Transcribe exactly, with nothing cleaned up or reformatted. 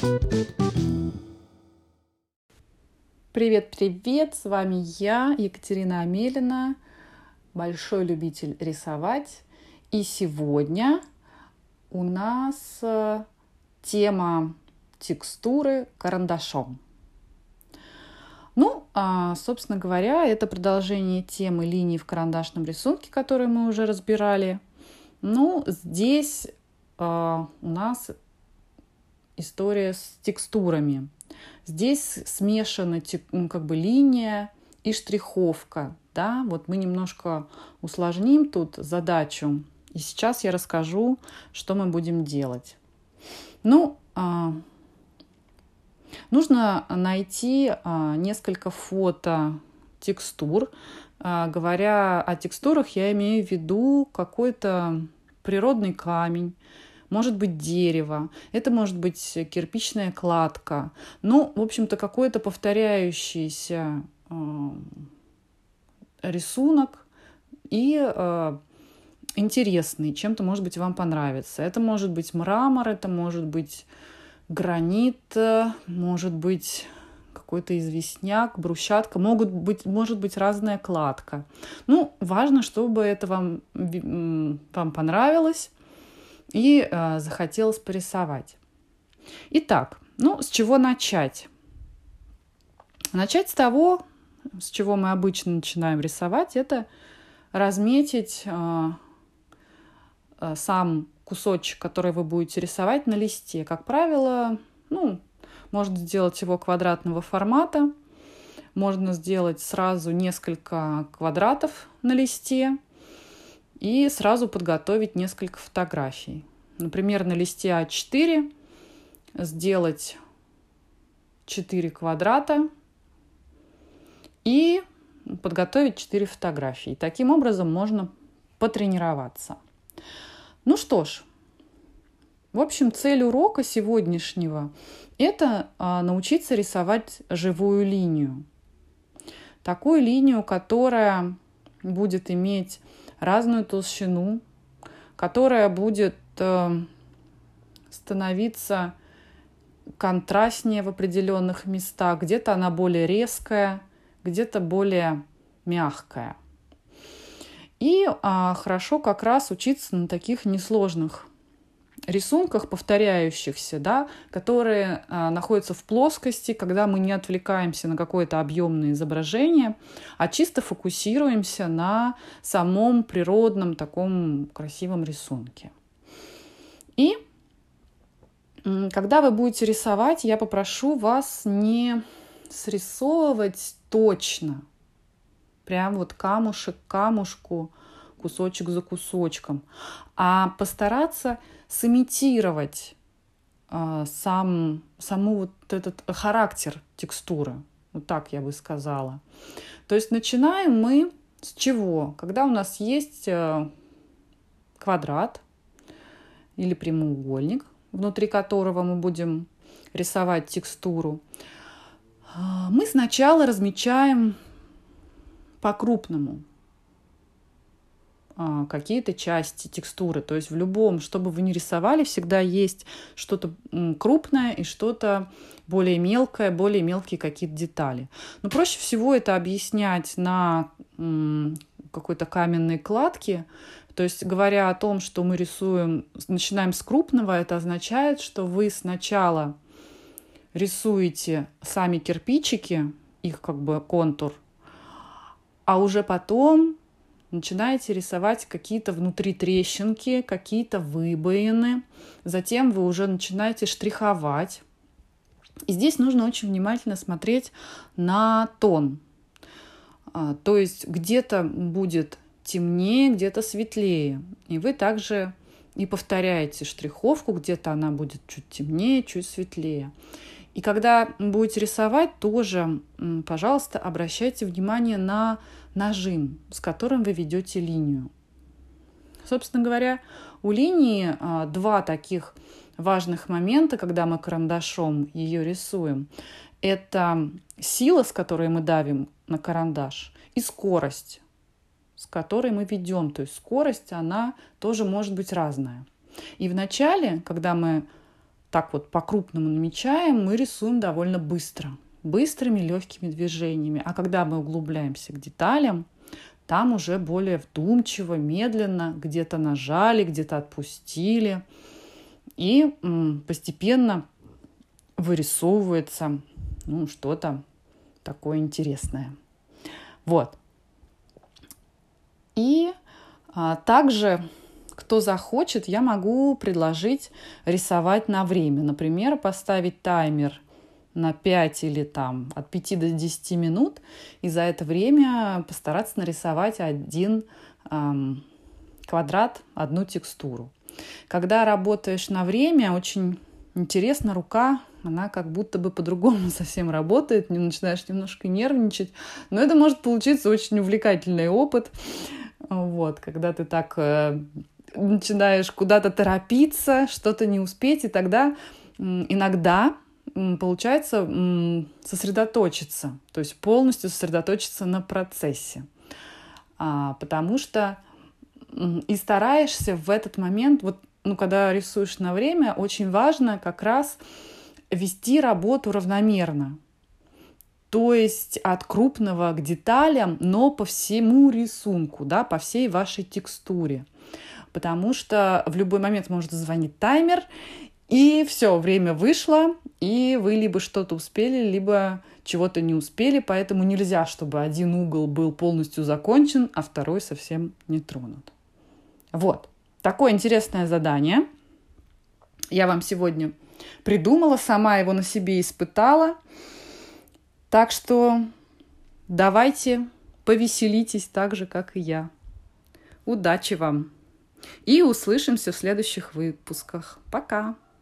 Привет-привет! С вами я, Екатерина Амелина, большой любитель рисовать. И сегодня у нас тема текстуры карандашом. Ну, собственно говоря, это продолжение темы линий в карандашном рисунке, которую мы уже разбирали. Ну, здесь у нас история с текстурами. Здесь смешаны как бы линия и штриховка. Да? Вот мы немножко усложним тут задачу. И сейчас я расскажу, что мы будем делать. Ну, нужно найти несколько фото текстур. Говоря о текстурах, я имею в виду какой-то природный камень. Может быть дерево, это может быть кирпичная кладка. Ну, в общем-то, какой-то повторяющийся э, рисунок и э, интересный, чем-то, может быть, вам понравится. Это может быть мрамор, это может быть гранит, может быть какой-то известняк, брусчатка, могут быть, может быть разная кладка. Ну, важно, чтобы это вам, вам понравилось и э, захотелось порисовать. Итак, ну, с чего начать? Начать с того, с чего мы обычно начинаем рисовать, это разметить э, э, сам кусочек, который вы будете рисовать на листе. Как правило, ну, можно сделать его квадратного формата, можно сделать сразу несколько квадратов на листе, и сразу подготовить несколько фотографий. Например, на листе а четыре сделать четыре квадрата и подготовить четыре фотографии. Таким образом можно потренироваться. Ну что ж, в общем, цель урока сегодняшнего – это научиться рисовать живую линию. Такую линию, которая будет иметь разную толщину, которая будет э, становиться контрастнее в определенных местах. Где-то она более резкая, где-то более мягкая. И э, хорошо как раз учиться на таких несложных рисунках, повторяющихся, да, которые а, находятся в плоскости, когда мы не отвлекаемся на какое-то объемное изображение, а чисто фокусируемся на самом природном таком красивом рисунке. И когда вы будете рисовать, я попрошу вас не срисовывать точно, прям вот камушек к камушку, кусочек за кусочком, а постараться сымитировать э, сам, саму вот этот характер текстуры. Вот так я бы сказала. То есть начинаем мы с чего? Когда у нас есть э, квадрат или прямоугольник, внутри которого мы будем рисовать текстуру, э, мы сначала размечаем по-крупному какие-то части текстуры. То есть в любом, что бы вы ни рисовали, всегда есть что-то крупное и что-то более мелкое, более мелкие какие-то детали. Но проще всего это объяснять на какой-то каменной кладке. То есть говоря о том, что мы рисуем, начинаем с крупного, это означает, что вы сначала рисуете сами кирпичики, их как бы контур, а уже потом начинаете рисовать какие-то внутри трещинки, какие-то выбоины. Затем вы уже начинаете штриховать. И здесь нужно очень внимательно смотреть на тон. То есть где-то будет темнее, где-то светлее. И вы также и повторяете штриховку, где-то она будет чуть темнее, чуть светлее. И когда будете рисовать, тоже, пожалуйста, обращайте внимание на нажим, с которым вы ведете линию. Собственно говоря, у линии два таких важных момента, когда мы карандашом ее рисуем. Это сила, с которой мы давим на карандаш, и скорость, с которой мы ведем. То есть скорость, она тоже может быть разная. И вначале, когда мы так вот по-крупному намечаем, мы рисуем довольно быстро, быстрыми легкими движениями. А когда мы углубляемся к деталям, там уже более вдумчиво, медленно, где-то нажали, где-то отпустили. И м, постепенно вырисовывается ну, что-то такое интересное. Вот. И а, также, кто захочет, я могу предложить рисовать на время. Например, поставить таймер на пять или там от пяти до десяти минут, и за это время постараться нарисовать один эм, квадрат, одну текстуру. Когда работаешь на время, очень интересно, рука, она как будто бы по-другому совсем работает, не начинаешь немножко нервничать, но это может получиться очень увлекательный опыт, вот, когда ты так э, начинаешь куда-то торопиться, что-то не успеть, и тогда э, иногда получается сосредоточиться, то есть полностью сосредоточиться на процессе, а, потому что и стараешься в этот момент, вот, ну, когда рисуешь на время, очень важно как раз вести работу равномерно, то есть от крупного к деталям, но по всему рисунку, да, по всей вашей текстуре, потому что в любой момент может зазвонить таймер, и все, время вышло, и вы либо что-то успели, либо чего-то не успели, поэтому нельзя, чтобы один угол был полностью закончен, а второй совсем не тронут. Вот, такое интересное задание. Я вам сегодня придумала, сама его на себе испытала. Так что давайте повеселитесь так же, как и я. Удачи вам! И услышимся в следующих выпусках. Пока!